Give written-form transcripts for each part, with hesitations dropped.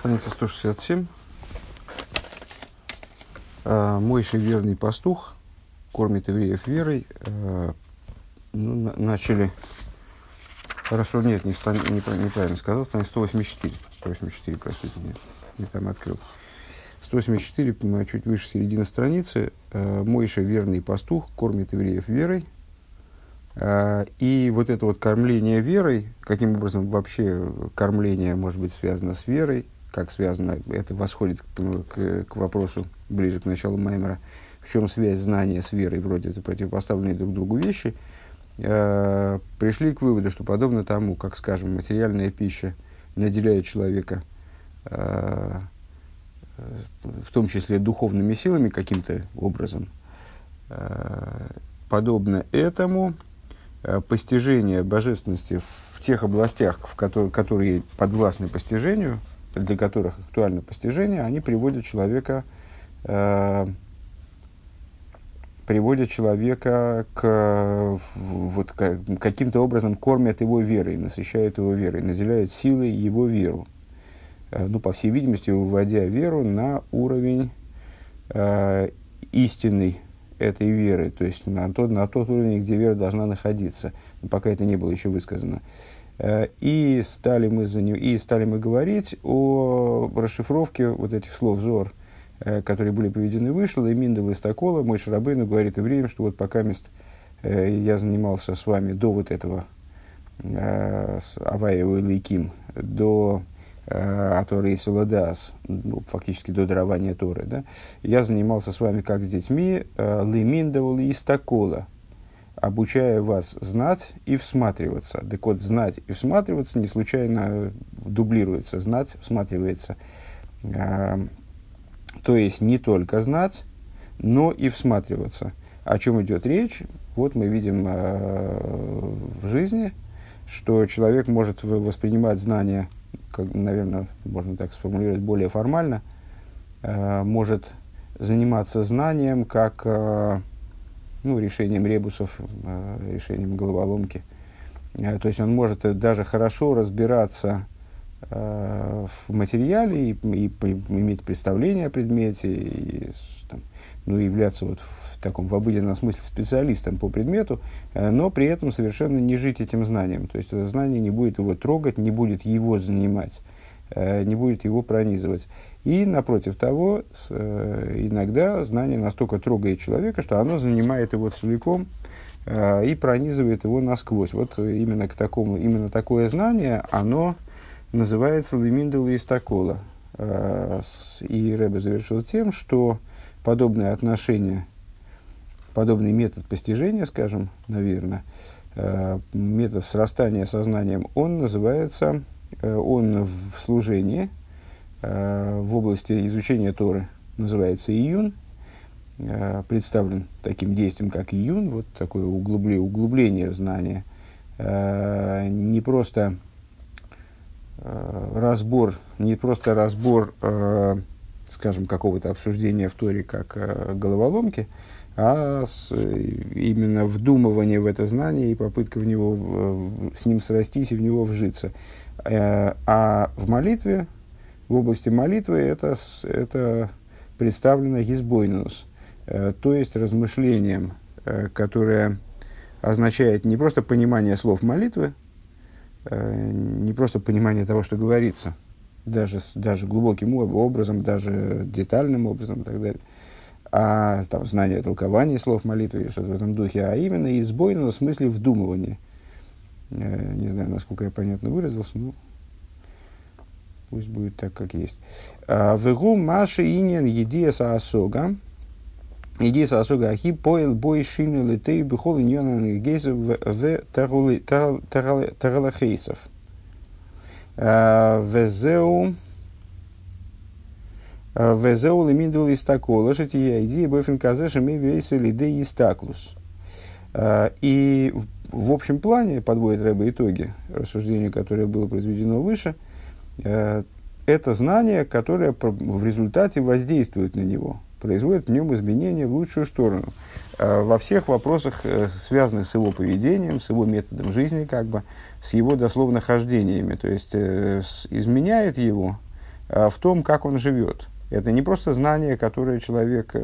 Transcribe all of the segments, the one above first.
Страница 167. Мойша, верный пастух, кормит евреев верой. Начали... Хорошо, нет, неправильно сказал. Страница 184. 184, простите, нет, не там открыл. 184, чуть выше середины страницы. Мойша, верный пастух, кормит евреев верой. И вот это вот кормление верой, каким образом вообще кормление может быть связано с верой, как связано, это восходит к вопросу ближе к началу Маймера, в чем связь знания с верой, вроде это противопоставленные друг другу вещи, пришли к выводу, что подобно тому, как, скажем, материальная пища наделяет человека, в том числе духовными силами каким-то образом, подобно этому постижение божественности в тех областях, которые подвластны постижению, для которых актуально постижение, они приводят человека к каким-то образом кормят его верой, насыщают его верой, наделяют силой его веру. По всей видимости, выводя веру на уровень истинный этой веры, то есть на тот уровень, где вера должна находиться, пока это не было еще высказано. И стали мы говорить о расшифровке вот этих слов Зоар, которые были приведены выше. Леминдел из Такола, Мойше Рабейну говорит евреям, что вот пока я занимался с вами до вот этого Аваева и Лейким, до Аторы и Селадас, фактически до дарования Торы, да, я занимался с вами как с детьми, Леминдел из Такола, обучая вас знать и всматриваться. Так вот, знать и всматриваться не случайно дублируется. Знать, всматривается. То есть, не только знать, но и всматриваться. О чем идет речь? Вот мы видим в жизни, что человек может воспринимать знания, как, наверное, можно так сформулировать более формально, может заниматься знанием как... решением ребусов, решением головоломки. То есть он может даже хорошо разбираться в материале и иметь представление о предмете, и являться в обыденном смысле специалистом по предмету, но при этом совершенно не жить этим знанием. То есть это знание не будет его трогать, не будет его занимать, не будет его пронизывать. И, напротив того, иногда знание настолько трогает человека, что оно занимает его целиком и пронизывает его насквозь. Вот именно такое знание, оно называется Леминдел из Такола. И Ребе завершил тем, что подобное отношение, подобный метод постижения, скажем, наверное, метод срастания сознанием, он называется, он в служении, в области изучения Торы называется июн, представлен таким действием, как июн, вот такое углубление знания, не просто разбор, скажем, какого-то обсуждения в Торе как головоломки, а именно вдумывание в это знание и попытка с ним срастись и в него вжиться. А в молитве, в области молитвы это представлено гизбойнус, то есть размышлением, которое означает не просто понимание слов молитвы, не просто понимание того, что говорится, даже глубоким образом, даже детальным образом и так далее, а знание толкования слов молитвы или что-то в этом духе, а именно гизбойнус в смысле вдумывания. Не знаю, насколько я понятно выразился, но пусть будет так, как есть. Вегу маши иньян едиеса асога. Едиеса асога ахи поэл бой шину летей бихол иньян гейзов в таралахейсов. Везеу леминдул истакола, шатия идея бойфен казэша ми вейса лидей истаклус. И в общем плане, подводит Ребе итоги рассуждению, которое было произведено выше, это знание, которое в результате воздействует на него, производит в нем изменения в лучшую сторону. Во всех вопросах, связанных с его поведением, с его методом жизни, с его дословно хождениями. То есть изменяет его в том, как он живет. Это не просто знание, которое человек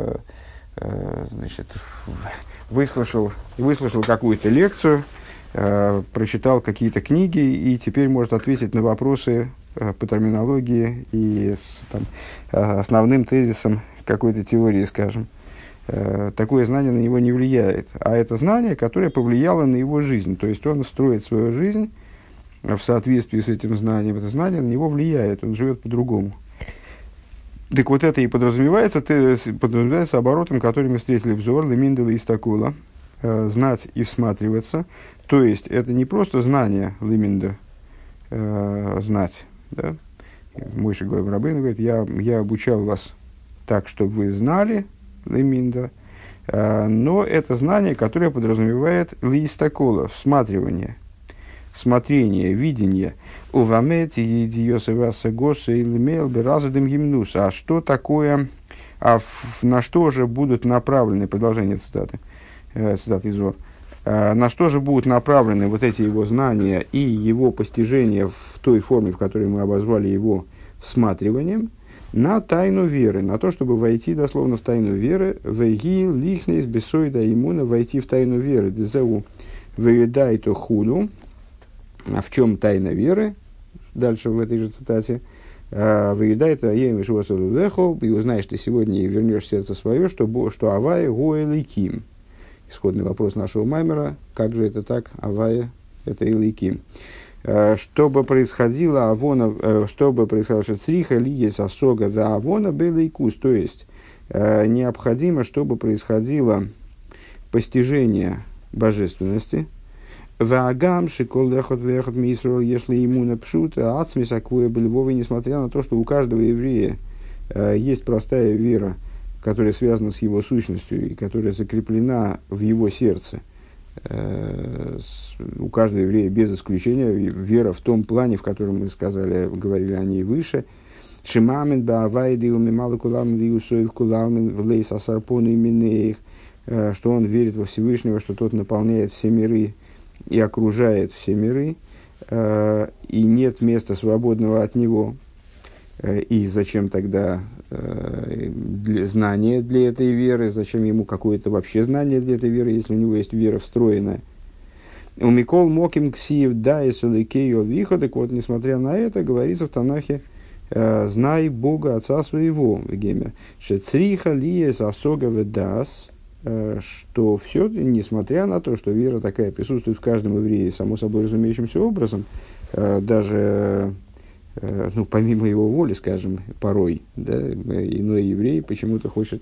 значит, выслушал какую-то лекцию, прочитал какие-то книги и теперь может ответить на вопросы по терминологии и основным тезисом какой-то теории, скажем. Такое знание на него не влияет. А это знание, которое повлияло на его жизнь. То есть он строит свою жизнь в соответствии с этим знанием. Это знание на него влияет, он живет по-другому. Так вот это и подразумевается оборотом, который мы встретили в Зоар, Леминдела и Стакула. Знать и всматриваться. То есть это не просто знание Леминда, знать. Да? Мойше Рабейну говорит, я обучал вас так, чтобы вы знали, Леминда, но это знание, которое подразумевает листакола, всматривание, смотрение, видение. Увамет и диосеваса госа и лемел беразадым гимнуса. А что такое, на что же будут направлены, продолжение цитаты из Зоар, на что же будут направлены вот эти его знания и его постижения в той форме, в которой мы обозвали его всматриванием, на тайну веры, на то, чтобы войти дословно в тайну веры, вейги лихнес бесойда иммуна, войти в тайну веры, дезеу вейдай то худу. А в чем тайна веры? Дальше в этой же цитате. Вейдай то емиш восаду лехо, и узнаешь ты сегодня и вернешь сердце свое, что авая гоэликим. Исходный вопрос нашего маймера, как же это так, авая это эликим. Чтобы происходило авона, чтобы происходило шецриха лиес асога да авона был икус, то есть необходимо, чтобы происходило постижение божественности. Ваагам шикол лехот вехот мисрол, если ему напшута ацмисаквуя бельвовый, несмотря на то, что у каждого еврея есть простая вера, которая связана с его сущностью и которая закреплена в его сердце. У каждого еврея без исключения вера в том плане, в котором мы говорили о ней выше. Шимамин баавайды умималы кулам виусоев кулам влейс асарпону именеих, что он верит во Всевышнего, что тот наполняет все миры и окружает все миры, и нет места свободного от него. И зачем тогда знание для этой веры, зачем ему какое-то вообще знание для этой веры, если у него есть вера встроенная. У Микол Моким Ксиев да и Саликею Вихода, вот несмотря на это, говорится в Танахе, знай Бога Отца своего, Гемер, Шецриха Лиес Асога Ведас, что все, несмотря на то, что вера такая присутствует в каждом еврее, само собой разумеющимся образом, даже помимо его воли, скажем, порой, да, иной еврей почему-то хочет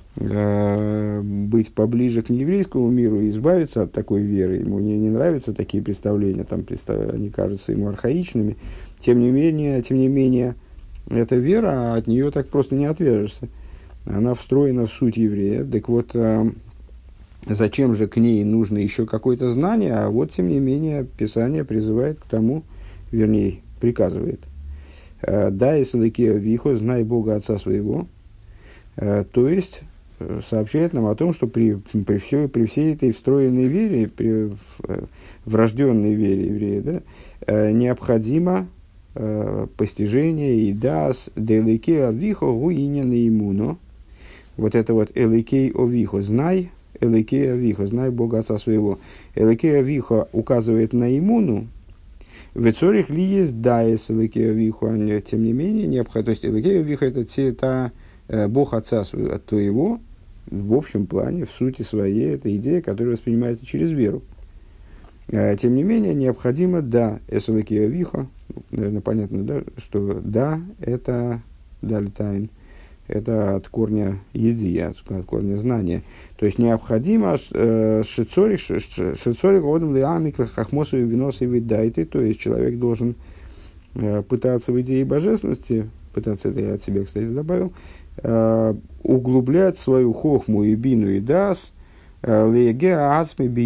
быть поближе к нееврейскому миру и избавиться от такой веры. Ему не нравятся такие представления, они кажутся ему архаичными. Тем не менее, эта вера, а от нее так просто не отвяжешься. Она встроена в суть еврея. Так вот, зачем же к ней нужно еще какое-то знание? А вот, тем не менее, Писание призывает к тому, вернее, приказывает. Да, и Саликея Вихо, знай Бога Отца своего. То есть, сообщает нам о том, что при всей этой встроенной вере, при врожденной вере еврея, да, необходимо постижение и дас деликей овихо гуинен имуно. Вот это вот эликей овихо, знай эликей овихо, знай Бога Отца своего. Эликей овихо указывает на имуну. В цорих ли есть даес эликей овихо, тем не менее необходимо. То есть эликей овихо это Бог Отца твоего, в общем плане, в сути своей, это идея, которая воспринимается через веру. Тем не менее, необходимо да, эсэлэкия виха, наверное, понятно, да, что да, это дальтайн, это от корня еди, от корня знания. То есть необходимо шицорик одам лиамик хахмосу и виносу и видайте, то есть человек должен пытаться в идее божественности, пытаться, это я от себя, кстати, добавил, углублять свою хохму и бину и дас, себя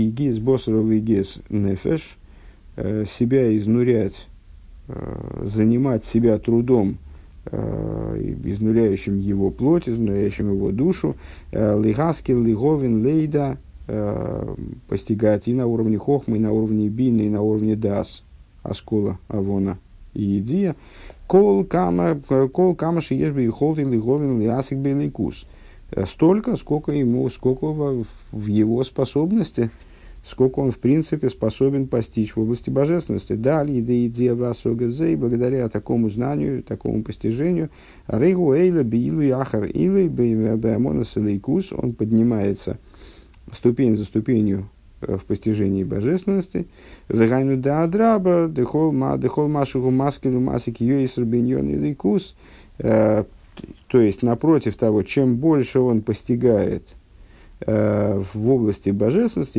изнурять, занимать себя трудом, изнуряющим его плоть, изнуряющим его душу, лигаскил, лиговин, лейда, постигать и на уровне хохмы, и на уровне бины, и на уровне дас, аскола, авона, и идея. Кол кама шиеш бы и холтин ли говин ли асик белый кус. Столько, сколько в его способности, сколько он в принципе способен постичь в области божественности. Далее, да идея васогазей, благодаря такому знанию, такому постижению, рейгу эйла биилу яхар илой бэамонас элейкус, он поднимается ступень за ступенью в постижении божественности. Вегайну да адраба, дехол машугу маскелю масики юэйсер беньон элейкус. То есть, напротив того, чем больше он постигает в области божественности,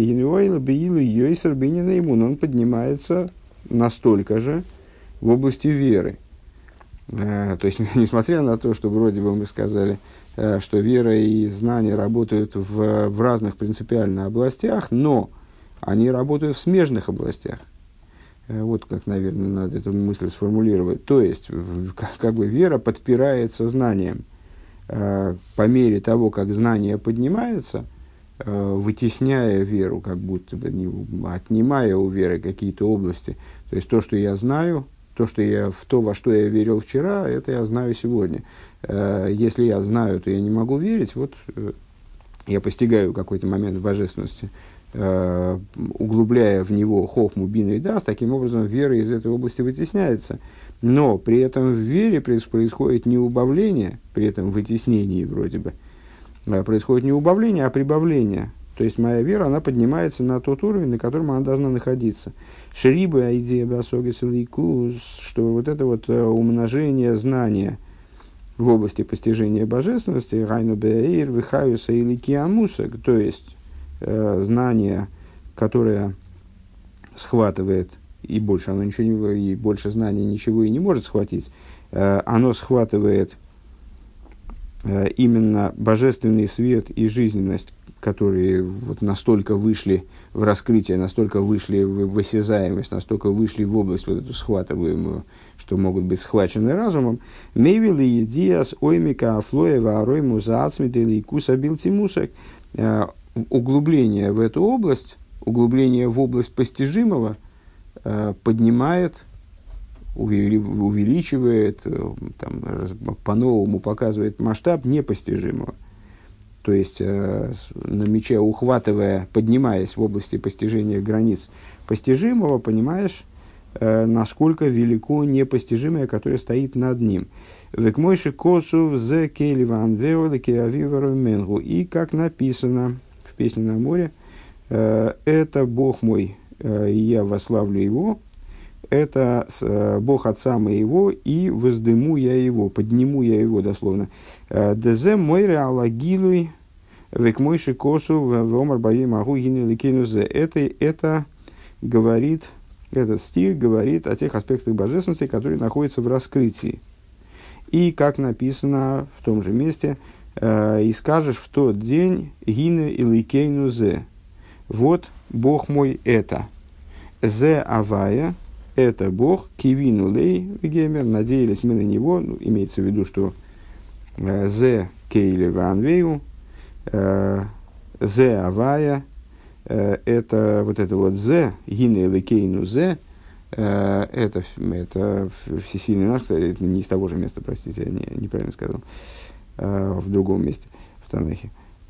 он поднимается настолько же в области веры. То есть, несмотря на то, что вроде бы мы сказали, что вера и знания работают в разных принципиально областях, но они работают в смежных областях. Вот как, наверное, надо эту мысль сформулировать. То есть, как бы вера подпирается знанием. По мере того, как знание поднимается, вытесняя веру, как будто бы отнимая у веры какие-то области. То есть, то, что я знаю, то, во что я верил вчера, это я знаю сегодня. Если я знаю, то я не могу верить. Вот я постигаю какой-то момент в божественности, углубляя в него хохму, бину и дас, таким образом вера из этой области вытесняется. Но при этом в вере происходит не убавление, при этом вытеснении вроде бы, происходит не убавление, а прибавление. То есть моя вера, она поднимается на тот уровень, на котором она должна находиться. Шриба идея басогис лейкус, что вот это вот умножение знания в области постижения божественности, райну беэйр, вихаюса или киамусак, то есть знание, которое схватывает, и больше оно ничего и больше знаний ничего и не может схватить, оно схватывает именно божественный свет и жизненность, которые вот настолько вышли в раскрытие, настолько вышли в осязаемость, настолько вышли в область вот эту схватываемую, что могут быть схвачены разумом. Мейвили диас оймика афлоева арой музаацмидели куса билтимусак. Углубление в эту область, углубление в область постижимого поднимает, увеличивает, по-новому показывает масштаб непостижимого. То есть, намечая, ухватывая, поднимаясь в области постижения границ постижимого, понимаешь, насколько велико непостижимое, которое стоит над ним. И как написано в «Песне на море», это Бог мой, и я восславлю его, это Бог Отца моего, и воздыму я его, подниму я его, дословно. Дезе мойре алагилуй век мойши косу вомар баи магу гинеликинузе. Это говорит, этот стих говорит о тех аспектах божественности, которые находятся в раскрытии. И, как написано в том же месте, и скажешь в тот день гине иликейнузе. Вот Бог мой это. Зе авая. Это Бог, кивину лей вегемер, надеялись мы на него, ну, имеется в виду, что зе кейли ванвею, зе авая, это вот зе, гине лекейну зе, это всесильный наш, кстати, это не из того же места, простите, я неправильно сказал, в другом месте, в Танахе.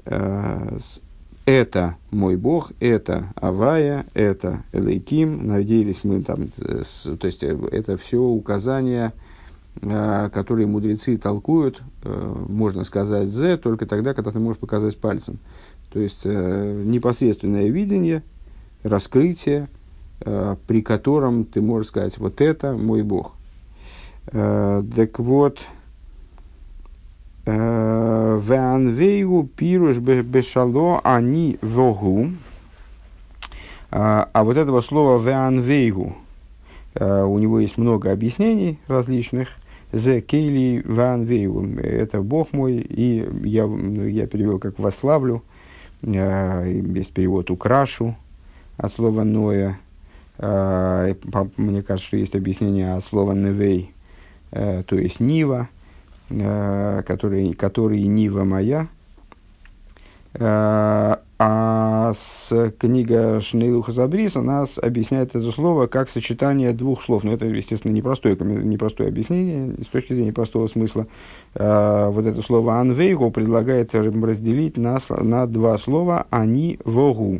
Это мой Бог, это Авая, это Элейким. Надеялись мы там, то есть это все указания, которые мудрецы толкуют, можно сказать «зе» только тогда, когда ты можешь показать пальцем. То есть непосредственное видение, раскрытие, при котором ты можешь сказать «вот это мой Бог». Так вот, Веанвейгу пируш бешало они вогу. А вот этого слова веанвейгу, у него есть много объяснений различных. Зе кейли веанвейгу, это Бог мой, и я перевел как «восславлю». Есть перевод «украшу» от слова «ноя». Мне кажется, что есть объяснение от слова «невей», то есть «нива», который Нива моя. А А книга Шнейлуха Забрис, она объясняет это слово как сочетание двух слов. Но это, естественно, непростое объяснение, с точки зрения простого смысла. Вот это слово «анвейгу» предлагает разделить на два слова «они вогу».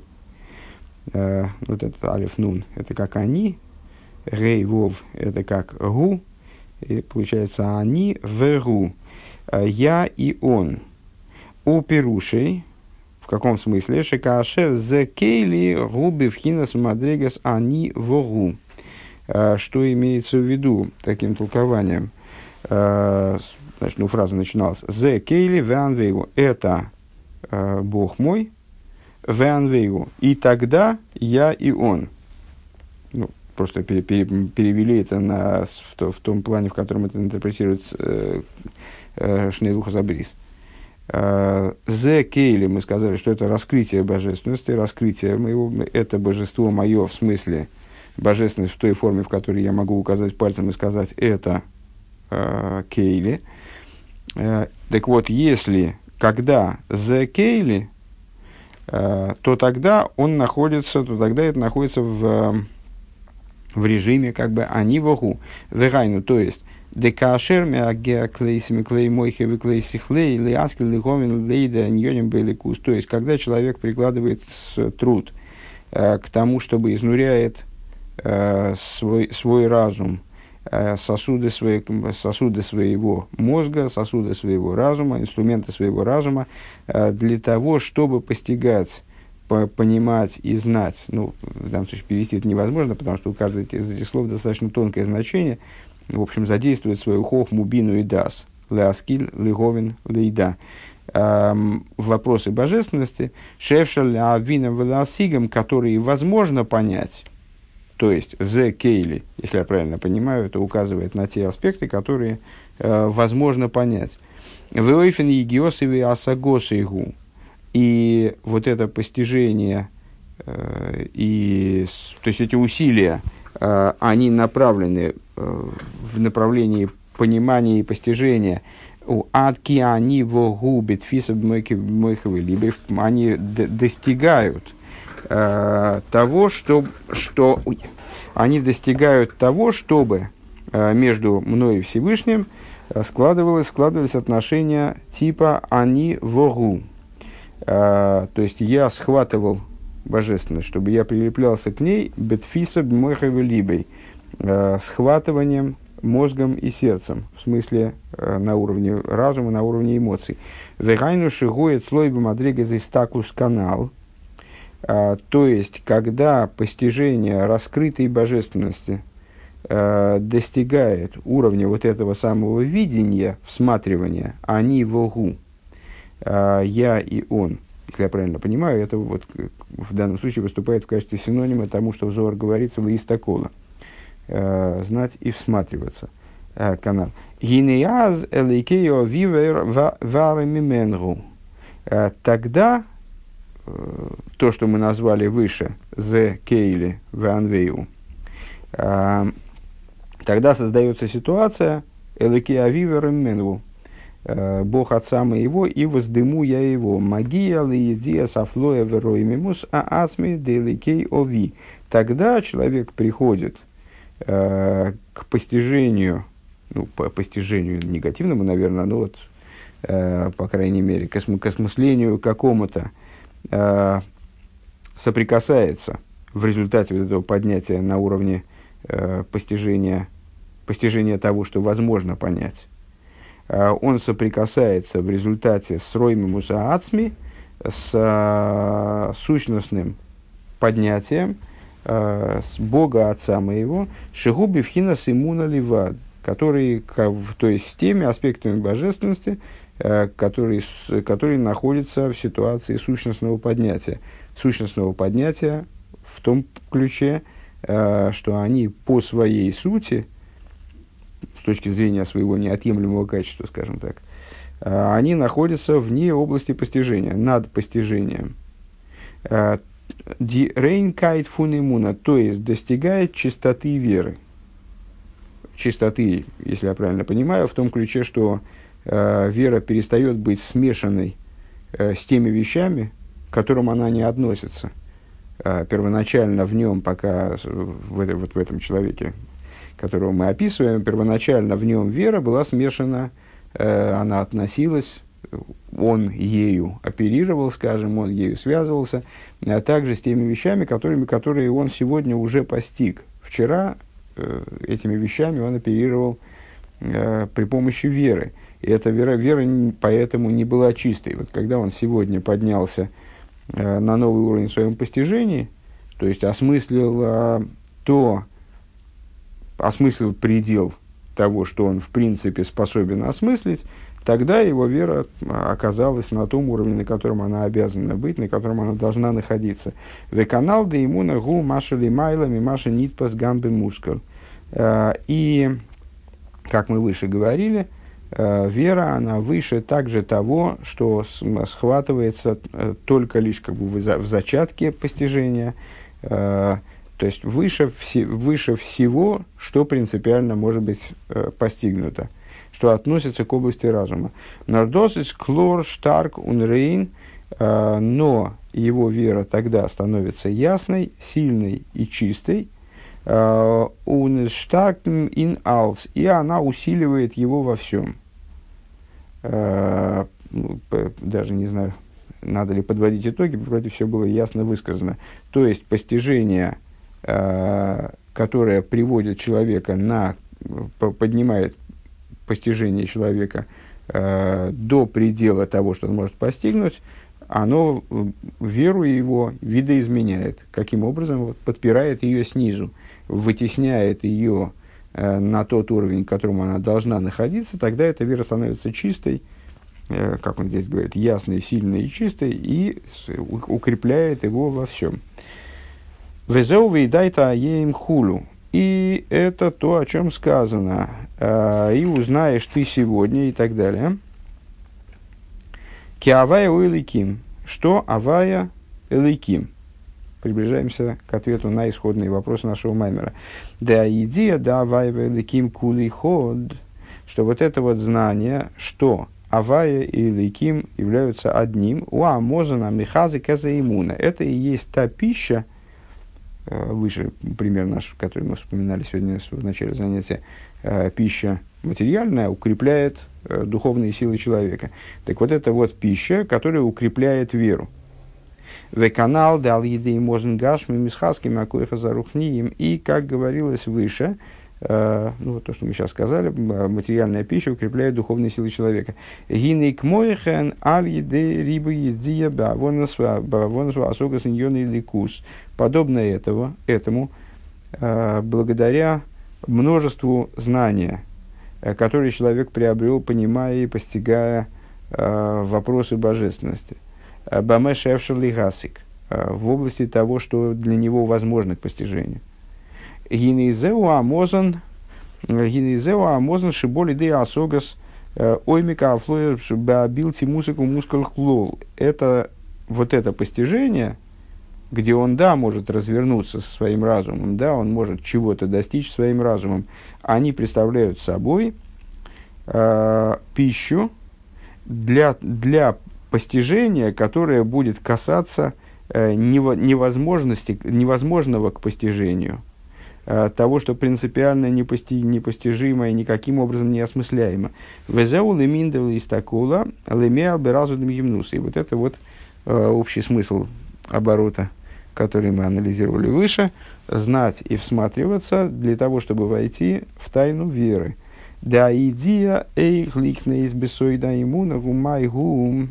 Вот это алиф нун, это как «они», «рей вов» это как «гу», и получается «они вегу», «я» и «он». У пирушей, в каком смысле? Шекашер зе кейли губи вхинас мадрегас они вогу. Что имеется в виду таким толкованием? Значит, фраза начиналась. Зе кейли веанвейгу. Это Бог мой, веанвейгу. И тогда я и он. Просто перевели это в том плане, в котором это интерпретирует Шнейлуха Забрис. Зе кейли, мы сказали, что это раскрытие божественности, раскрытие моего, это божество мое, в смысле божественность в той форме, в которой я могу указать пальцем и сказать это кейли. Так вот, когда зе кейли, то тогда это находится в режиме как бы они вогу, вегайну, то есть декашер меагеа клейсими клей мойхе клейси хлей леаскил лиховин лейда ньоним беликус. То есть, когда человек прикладывает труд к тому, чтобы изнуряет свой разум, сосуды своего мозга, сосуды своего разума, инструменты своего разума, для того, чтобы постигать, понимать и знать. В данном случае перевести это невозможно, потому что у каждого из этих слов достаточно тонкое значение. В общем, задействует свою хохму, бину и дас. Леаскиль, леговин, лейда. Вопросы божественности. Шефшаль, авинам, веласигам, которые возможно понять. То есть, зе кейли, если я правильно понимаю, это указывает на те аспекты, которые возможно понять. Веойфен егиосиви асагосейгу. И вот это постижение, то есть эти усилия, они направлены в направлении понимания и постижения. Адки они вогубит фисаб мойховы, либо они достигают того, они достигают того, чтобы между мной и Всевышним складывались отношения типа они вогу. То есть я схватывал божественность, чтобы я прилеплялся к ней бетфиса бмойховы либой, схватыванием мозгом и сердцем, в смысле на уровне разума, на уровне эмоций. Вегайну шигует слой бумадрега за стакус канал. То есть, когда постижение раскрытой божественности достигает уровня вот этого самого видения, всматривания, они вогу, я и он, если я правильно понимаю, это вот в данном случае выступает в качестве синонима тому, что в Зоар говорится «лаистакола», знать и всматриваться, канал. «Гинеяз элейкео вивер варемименгу». Тогда то, что мы назвали выше, «зе кейли ванвею», тогда создается ситуация «элейкео вивер именгу». Бог отца моего, и воздыму я его. Магия лиедия сафлоя вероимимус ацми деликей ови. Тогда человек приходит к постижению, постижению негативному, наверное, по крайней мере, к осмыслению какому-то, соприкасается в результате вот этого поднятия на уровне постижения того, что возможно понять. Он соприкасается в результате с роими ацми, с сущностным поднятием, с Бога Отца моего, шигуби вхинас имуна ливад, который, то есть с теми аспектами божественности, которые находятся в ситуации сущностного поднятия. Сущностного поднятия в том ключе, что они по своей сути, с точки зрения своего неотъемлемого качества, скажем так, они находятся вне области постижения, над постижением. Ди рейнкайт фунемуна, то есть достигает чистоты веры. Чистоты, если я правильно понимаю, в том ключе, что вера перестает быть смешанной с теми вещами, к которому она не относится. Первоначально в нем, пока в этом человеке, которого мы описываем, первоначально в нем вера была смешана, она относилась, он ею оперировал, скажем, он ею связывался, а также с теми вещами, которые он сегодня уже постиг. Вчера этими вещами он оперировал при помощи веры. И эта вера поэтому не была чистой. Вот когда он сегодня поднялся на новый уровень в своем постижении, то есть осмыслил предел того, что он в принципе способен осмыслить, тогда его вера оказалась на том уровне, на котором она обязана быть, на котором она должна находиться. «Веканал да имуна гу маша лимайлами маша нитпас гамбе мускал». И, как мы выше говорили, вера, она выше также того, что схватывается только лишь в зачатке постижения, то есть выше всего, что принципиально может быть постигнуто, что относится к области разума. Нордосис клор штарк унрейн, но его вера тогда становится ясной, сильной и чистой, унштаркн ин алс, и она усиливает его во всем. Даже не знаю, надо ли подводить итоги, вроде все было ясно высказано. То есть постижение, которое приводит человека поднимает постижение человека до предела того, что он может постигнуть, оно веру его видоизменяет. Каким образом? Вот, подпирает ее снизу, вытесняет ее на тот уровень, к которому она должна находиться, тогда эта вера становится чистой, как он здесь говорит, ясной, сильной и чистой, и укрепляет его во всем. «Везеу вейдайта аеем хулу». И это то, о чем сказано. «И узнаешь ты сегодня» и так далее. «Ки авая уэликим». Что авая эликим? Приближаемся к ответу на исходные вопросы нашего маймера. Да идея, да авая эликим кули ход, что вот это вот знание, что авая и эликим являются одним, у амозана михазы казаимуна. Это и есть та пища, выше пример наш, который мы вспоминали сегодня в начале занятия, пища материальная укрепляет духовные силы человека. Так вот, это вот пища, которая укрепляет веру. «Веканал дал еды мозн гашми мисхаским акуэха зарухниим». И, как говорилось выше, вот то, что мы сейчас сказали, материальная пища укрепляет духовные силы человека. «Гинейк моехен аль еды рибы едия бавонсва асога синьоны ликус». Подобно этому, благодаря множеству знания, которые человек приобрел, понимая и постигая вопросы божественности. Бамеш эвшерли гасик, в области того, что для него возможно к постижению. Гинезеу амозан шиболи де асогас оймика афлоер бабилти мусику мускул хлол. Это вот это постижение, где он, да, может развернуться со своим разумом, да, он может чего-то достичь своим разумом, они представляют собой пищу для постижения, которое будет касаться невозможного к постижению, того, что принципиально непостижимо и никаким образом не осмысляемо. «Везеу леминдел истакула лемеал беразудым гимнус». И вот это вот общий смысл оборота, который мы анализировали выше, знать и всматриваться для того, чтобы войти в тайну веры. «Да идея эйх ликне из бессойда имуна гумай гум».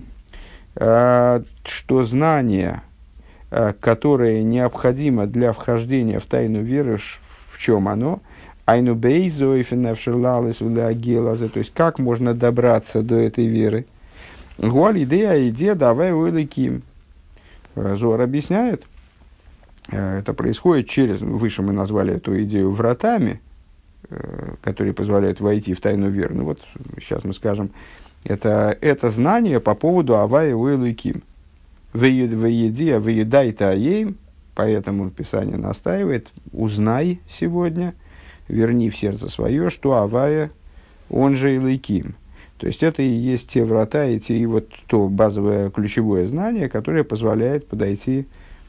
Что знание, которое необходимо для вхождения в тайну веры, в чем оно? Айну бейзоифенавшерлалес влагелазе, то есть как можно добраться до этой веры? Гуаль идея давай уэликим. Зоар объясняет, это происходит через, выше мы назвали эту идею вратами, которые позволяют войти в тайну веры. Ну вот сейчас мы скажем, это знание по поводу авая уэликим. Выедай-то аеем, поэтому Писание настаивает, узнай сегодня, верни в сердце свое, что авая, он же эликим. То есть это и есть те врата, и вот то базовое ключевое знание, которое позволяет подойти,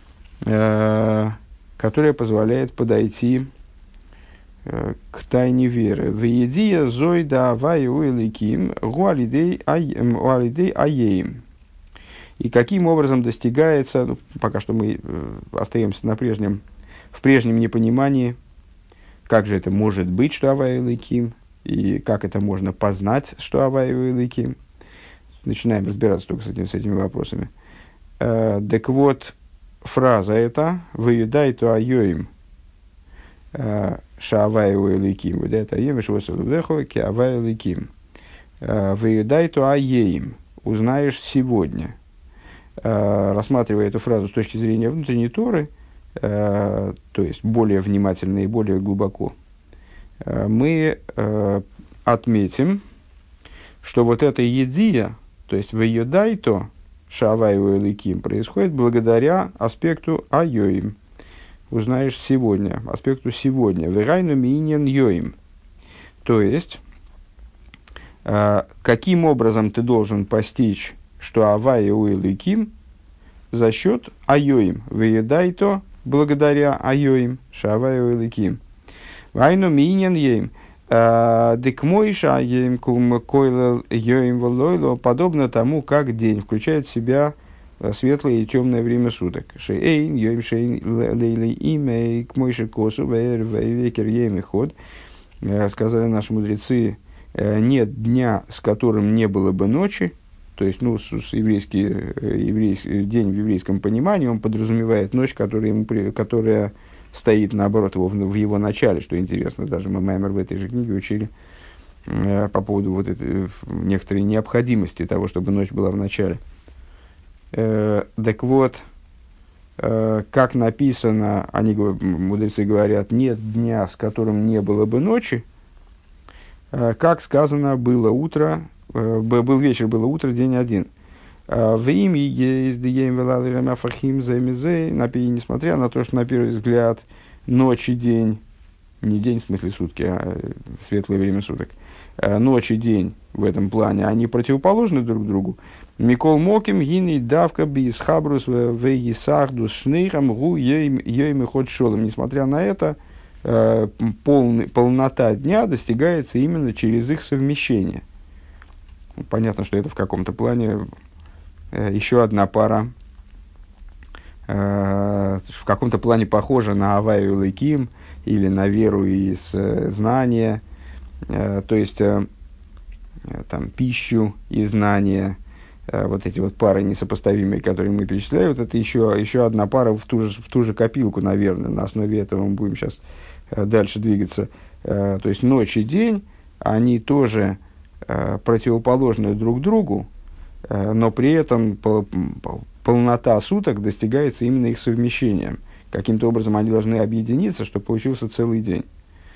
к тайне веры. Веедия зойда авай уэликим гуалидей аеим. И каким образом достигается, ну, пока что мы остаемся в прежнем непонимании, как же это может быть, что авай уэликим, и как это можно познать, что авай уэликим. Начинаем разбираться только с этими вопросами. Так вот, фраза эта «Выедай то айоим» «Шаавай уэликим» «Выедай то айоим» «Швосэлвэхо ки авай уэликим» «Выедай то айеим» «Узнаешь сегодня». Рассматривая эту фразу с точки зрения внутренней Торы, то есть более внимательно и более глубоко, мы отметим, что вот эта едия, то есть «Выедай-то» «Шаавай уэликим» происходит благодаря аспекту «айоим». Узнаешь сегодня, аспекту «сегодня». «Верайну миньян йоим». То есть, каким образом ты должен постичь, что «авай уэликим» за счет «айоим». «Выедай-то» благодаря «айоим». «Шаавай уэликим». «Вайну миньян йоим». Декмойша йоим кум койлел йоим волойло, подобно тому, как день включает в себя светлое и темное время суток. Шейн йоим шейн лейли имей кмойши косу вейвекер йоим и ход. Сказали наши мудрецы, нет дня, с которым не было бы ночи. То есть, ну, еврейский день в еврейском понимании, он подразумевает ночь, которая стоит, наоборот, в его начале, что интересно. Даже мы Маймер в этой же книге учили по поводу вот этой некоторой необходимости того, чтобы ночь была в начале. Так вот, как написано, мудрецы говорят, нет дня, с которым не было бы ночи. Как сказано, был вечер, было утро, день один. В имя есть несмотря на то, что на первый взгляд ночь и день, не день в смысле сутки, а светлое время суток, ночь и день в этом плане, они противоположны друг другу. Микол моким гиней давка бисхабрус вейсахдус шнейхам гу йоим и ход шолом. Несмотря на это, полнота дня достигается именно через их совмещение. Понятно, что это в каком-то плане еще одна пара, в каком-то плане похожа на авай уэликим или на веру из знания, то есть там, пищу и знания, вот эти вот пары несопоставимые, которые мы перечисляем, вот это еще одна пара в ту же копилку, наверное. На основе этого мы будем сейчас дальше двигаться. То есть ночь и день, они тоже противоположны друг другу, но при этом полнота суток достигается именно их совмещением. Каким-то образом они должны объединиться, чтобы получился целый день.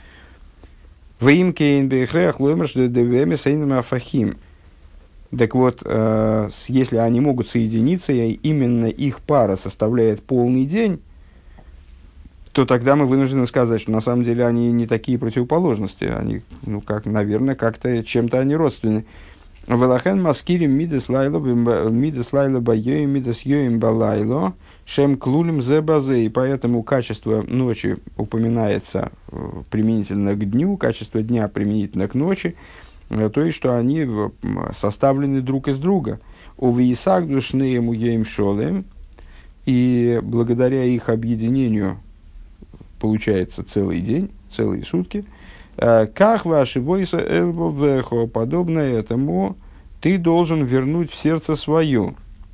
Так вот, если они могут соединиться, и именно их пара составляет полный день, то тогда мы вынуждены сказать, что на самом деле они не такие противоположности. Они, наверное, как-то чем-то они родственны. Велахен маскирим мидес лайло байоим мидес йоим балайло шем клулим зе базе. И поэтому качество ночи упоминается применительно к дню, качество дня применительно к ночи, то есть, что они составлены друг из друга. Увиисак душнеем уеем шолем, и благодаря их объединению получается целый день, целые сутки. Как ваши войса эльбовехо, подобно этому, ты должен вернуть в сердце свое.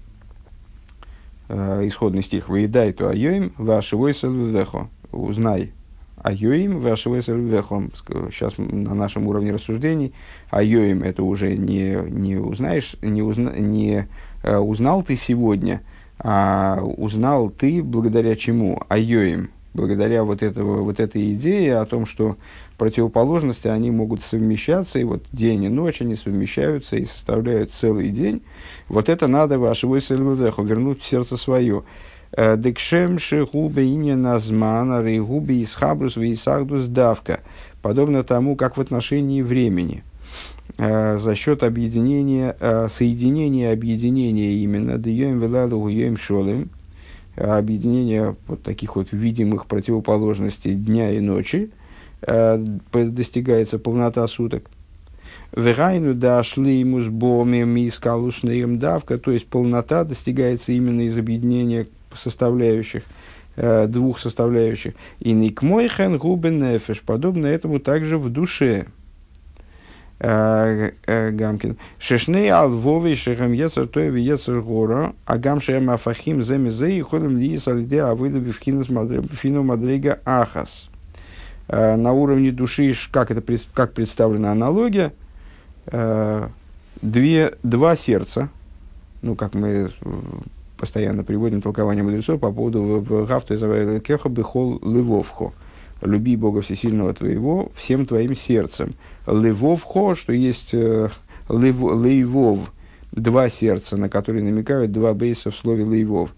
Исходный стих. Выедай то айоим, ваши войса эльбовехо. Узнай айоим, ваши войса эльбовехо. Сейчас на нашем уровне рассуждений. Айоим это уже не узнаешь, не узнал ты сегодня, а узнал ты благодаря чему? Айоим. Благодаря вот этой идее о том, что противоположности, они могут совмещаться, и вот день и ночь, они совмещаются и составляют целый день. Вот это надо вашего сельведеху вернуть в сердце свое. Декшем шехубе ине назмана рейгуби исхабрус вейсахдус давка. Подобно тому, как в отношении времени. за счет объединения, объединения именно дьем велалу гуем шолем, объединения вот таких вот видимых противоположностей дня и ночи, достигается полнота суток. Верайну дошли ему с боми мискалушным давка, то есть полнота достигается именно из объединения составляющих, двух составляющих. И никмойхен губен нефеш, подобно этому также в душе. Гамкин. Шешней алвовый шехам ецер тоеви ецер гора, а гам шеем афахим земи зей, ходим ли салиде авыда фину мадрига ахас. На уровне души, как представлена аналогия, два сердца, ну, как мы постоянно приводим толкование мудрецов по поводу «Гавто изавай кеха бихол левовхо» – «Люби Бога Всесильного твоего всем твоим сердцем». Левовхо, что есть лейвов, два сердца, на которые намекают два бейса в слове лейвов.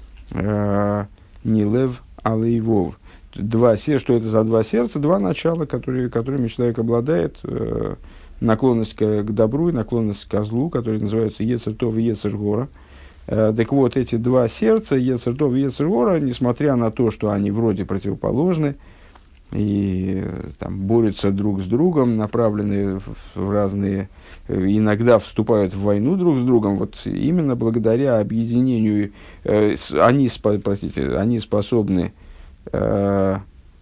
Не лев, а лейвов. Два сердца, что это за два сердца? Два начала, которыми человек обладает, наклонность к добру и наклонность к злу, которые называются Ецер Тов и Ецер Гора. Так вот, эти два сердца, Ецер Тов и Ецер Гора, несмотря на то, что они вроде противоположны и там, борются друг с другом, направлены в разные, иногда вступают в войну друг с другом, вот именно благодаря объединению, они способны в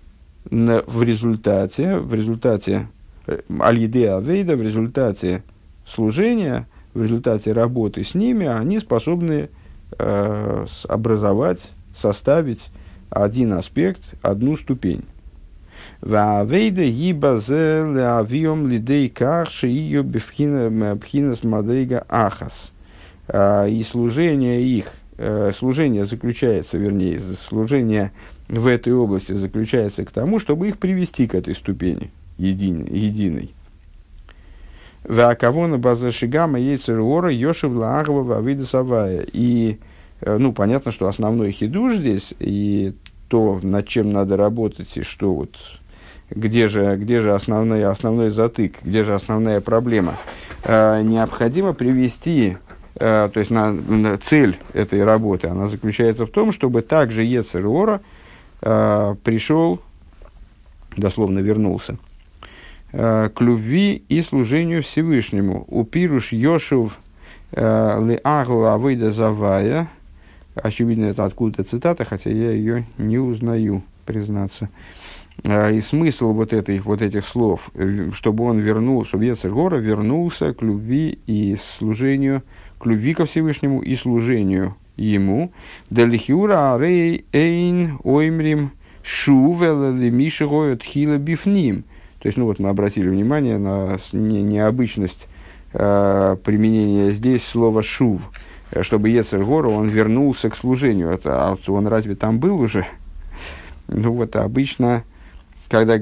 результате аль-еде авейда, в результате служения, в результате работы с ними, они способны образовать, составить один аспект, одну ступень. Ваавейда гибазе леавиом лидей карши ее бифхинас мадрига ахас. И служение заключается, служение в этой области заключается к тому, чтобы их привести к этой ступени единой. Ваакавона база шигама ейцеруора йошев лаагва вавида савая. И, понятно, что основной хидуш здесь, и то, над чем надо работать, и что вот, где же основной затык, где же основная проблема. Необходимо привести, то есть цель этой работы, она заключается в том, чтобы также ейцеруора пришел, дословно вернулся, к любви и служению Всевышнему. Упируш Йошув леагу авейда завая. Очевидно, это откуда-то цитата, хотя я ее не узнаю, признаться. И смысл вот этих слов, чтобы он вернулся, чтобы Ецер Гора вернулся к любви и служению, к любви ко Всевышнему и служению ему. Далихюра арей эйн оймрим шувел лемиши гоют хила бифним. То есть, мы обратили внимание на необычность применения здесь слова «шув», чтобы Ецер Гора, он вернулся к служению. Он разве там был уже? Обычно, когда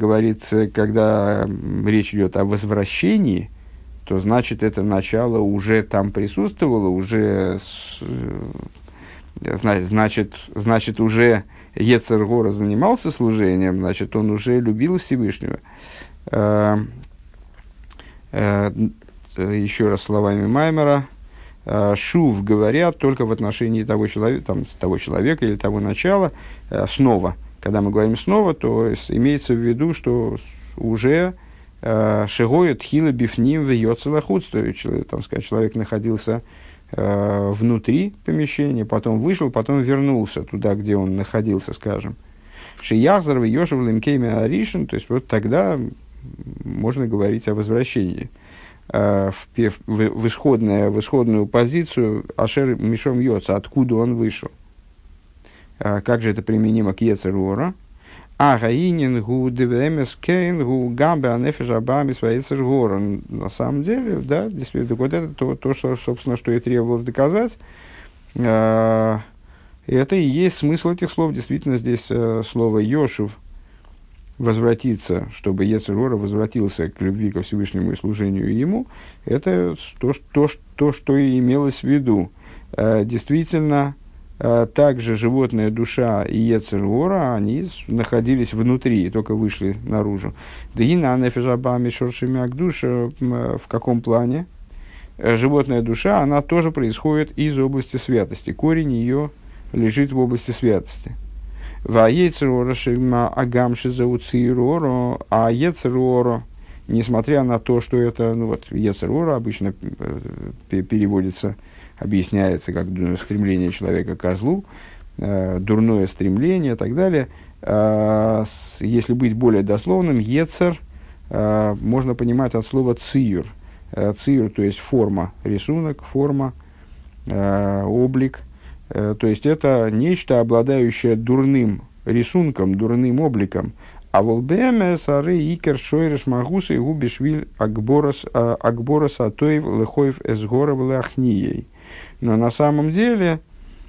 речь идет о возвращении, то значит, это начало уже там присутствовало, значит, уже Ецер Гора занимался служением, значит, он уже любил Всевышнего. Еще раз словами Маймера, шув говорят только в отношении того человека или того начала, снова. Когда мы говорим снова, то имеется в виду, что уже шигоет хила бифним вьется лахуц, то есть, человек находился внутри помещения, потом вышел, потом вернулся туда, где он находился, скажем. Шиязар в Йошев лимкейме аришин, то есть вот тогда можно говорить о возвращении в исходную позицию Ашер Мишом Йоца, откуда он вышел. Как же это применимо к Ецер-Гора? А гаинин гу девемес кейн гу гамбе анефеш абами своей Ецер-Гора. На самом деле, да, действительно, вот это то, что, собственно, что и требовалось доказать. Это и есть смысл этих слов. Действительно, здесь слово «Йошув» возвратиться, чтобы Ецер-Гора возвратился к любви ко Всевышнему и служению ему, это то, что и имелось в виду. Действительно, также животная душа и Йецер Ора, они находились внутри, только вышли наружу. Дгина нефежабами шоршими агдуша, в каком плане? Животная душа, она тоже происходит из области святости. Корень ее лежит в области святости. А Йецер Ора, несмотря на то, что это, Йецер Ора обычно переводится, объясняется как стремление человека к злу, дурное стремление и так далее. Если быть более дословным, Йецер можно понимать от слова циюр. Циюр, то есть форма, рисунок, форма, облик. То есть это нечто, обладающее дурным рисунком, дурным обликом. А волбеме сары икер шойреш магусы губишвиль акборос атоев лехоев эсгоров лахнией. Но на самом деле,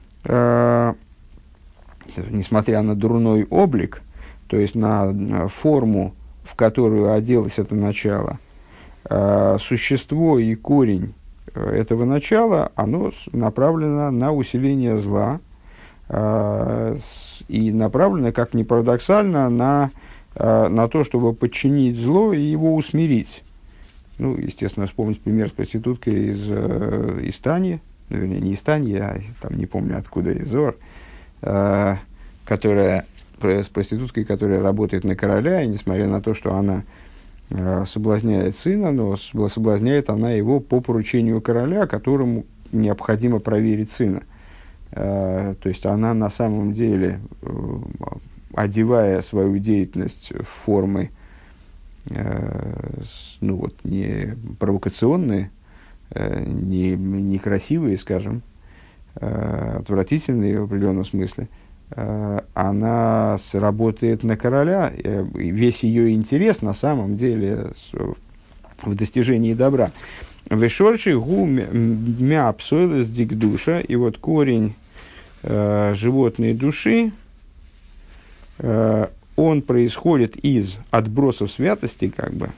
несмотря на дурной облик, то есть на форму, в которую оделось это начало, существо и корень этого начала, оно направлено на усиление зла и направлено, как ни парадоксально, на то, чтобы подчинить зло и его усмирить. Естественно, вспомнить пример с проституткой из Тани, вернее, не из Тани, я там не помню откуда, из Зор, с проституткой, которая работает на короля, и несмотря на то, что она соблазняет сына, но соблазняет она его по поручению короля, которому необходимо проверить сына. То есть она на самом деле, одевая свою деятельность в формы не провокационные, не красивые, скажем, отвратительные в определенном смысле, она работает на короля, весь ее интерес на самом деле в достижении добра. Вешорши гу мя псойлес дикдуша, и вот корень животной души, он происходит из отбросов святости, как бы,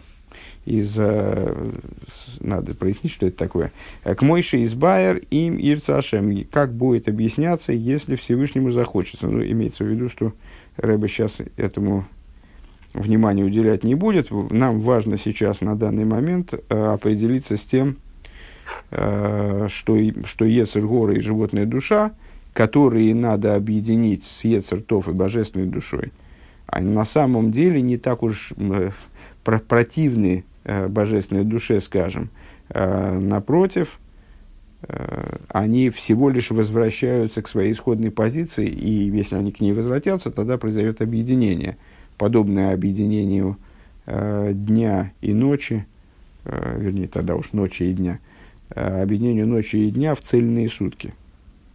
надо прояснить, что это такое. К Мойше избайер им ирцашем. Как будет объясняться, если Всевышнему захочется? Имеется в виду, что Рэбе сейчас этому внимания уделять не будет. Нам важно сейчас, на данный момент, определиться с тем, что Йецер Гора и животная душа, которые надо объединить с Йецер Тов и божественной душой, они на самом деле не так уж противны божественной душе, скажем. Напротив, они всего лишь возвращаются к своей исходной позиции, и если они к ней возвратятся, тогда произойдет объединение, подобное объединению дня и ночи, вернее, тогда уж ночи и дня, объединению ночи и дня в цельные сутки.